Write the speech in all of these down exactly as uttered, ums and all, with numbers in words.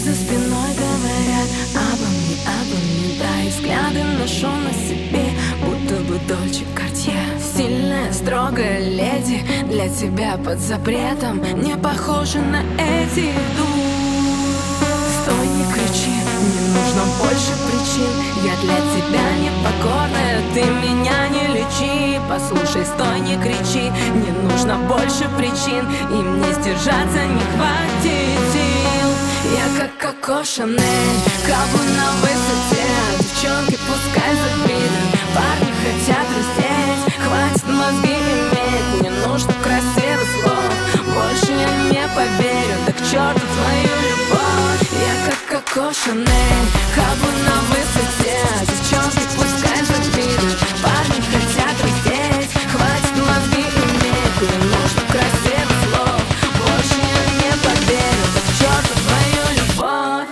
за спиной говорят обо мне, обо мне, да, и взгляды ношу на себе, будто бы Дольче Картье. Стильная, строгая леди, для тебя под запретом, не похожа на эти. Иду, стой, не кричи, не нужно больше причин. Я для тебя непокорная, ты меня не лечи. Послушай, стой, не кричи, не нужно больше причин, и мне сдержаться не хватит сил. Я как Коко Шанель, каблу на высоте. Девчонки пускай забиты, парни хотят раздеть. Хватит мозги иметь, мне нужно красивых слов. Больше я не поверю, да к черту твою любовь. Я как Коко Шанель, каблу на высоте. Девчонки пускай забиты, парни хотят раздеть. Хватит мозги иметь, мне нужно красивых слов. Больше я не поверю, да к черту твою любовь.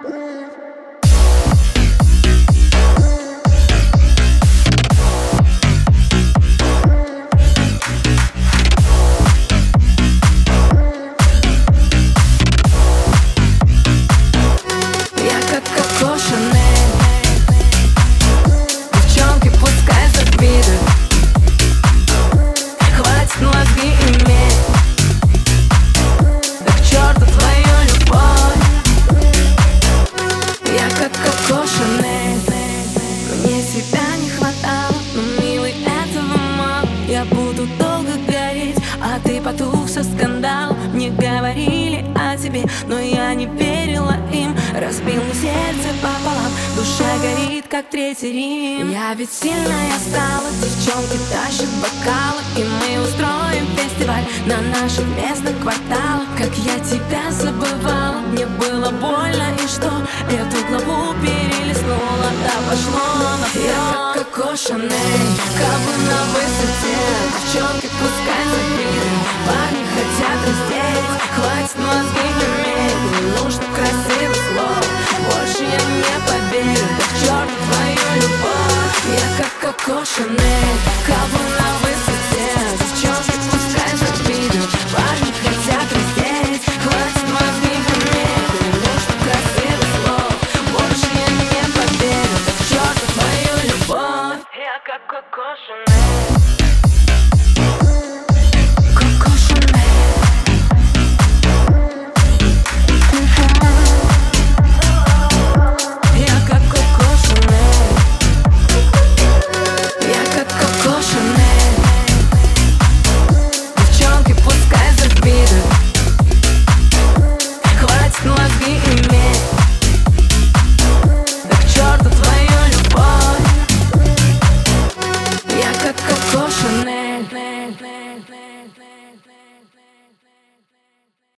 Я как Коко Шанель, девчонки пускай забиты. Хватит мозги иметь, да к черту твою любовь. Я как Коко Шанель, мне себя не хватало, но, милый, этого мало. Я буду долго гореть, а ты потух со скандалом. Мне говорили о тебе, но я не верила им. Разбил мне сердце пополам, душа горит, как Третий Рим. Я ведь сильная стала, девчонки тащат бокалы, и мы устроим фестиваль на наших местных кварталах. Как я тебя забывала, мне было больно, и что? Эту главу перелистнула, да пошло на все. Я как Коко Шанель, каблу на высоте. Девчонки пускай забиты, парни хотят раздеть. Хватит мозги иметь, мне нужно красивых слов. Больше я не поверю, да к черту твою любовь. Я как Коко Шанель, каблу на высоте. Девчонки пускай забиты, парни хотят раздеть. Хватит мозги иметь, мне нужно красивых слов. Больше я не поверю, да к черту твою любовь. Я как Коко Шанель. Коко Шанель.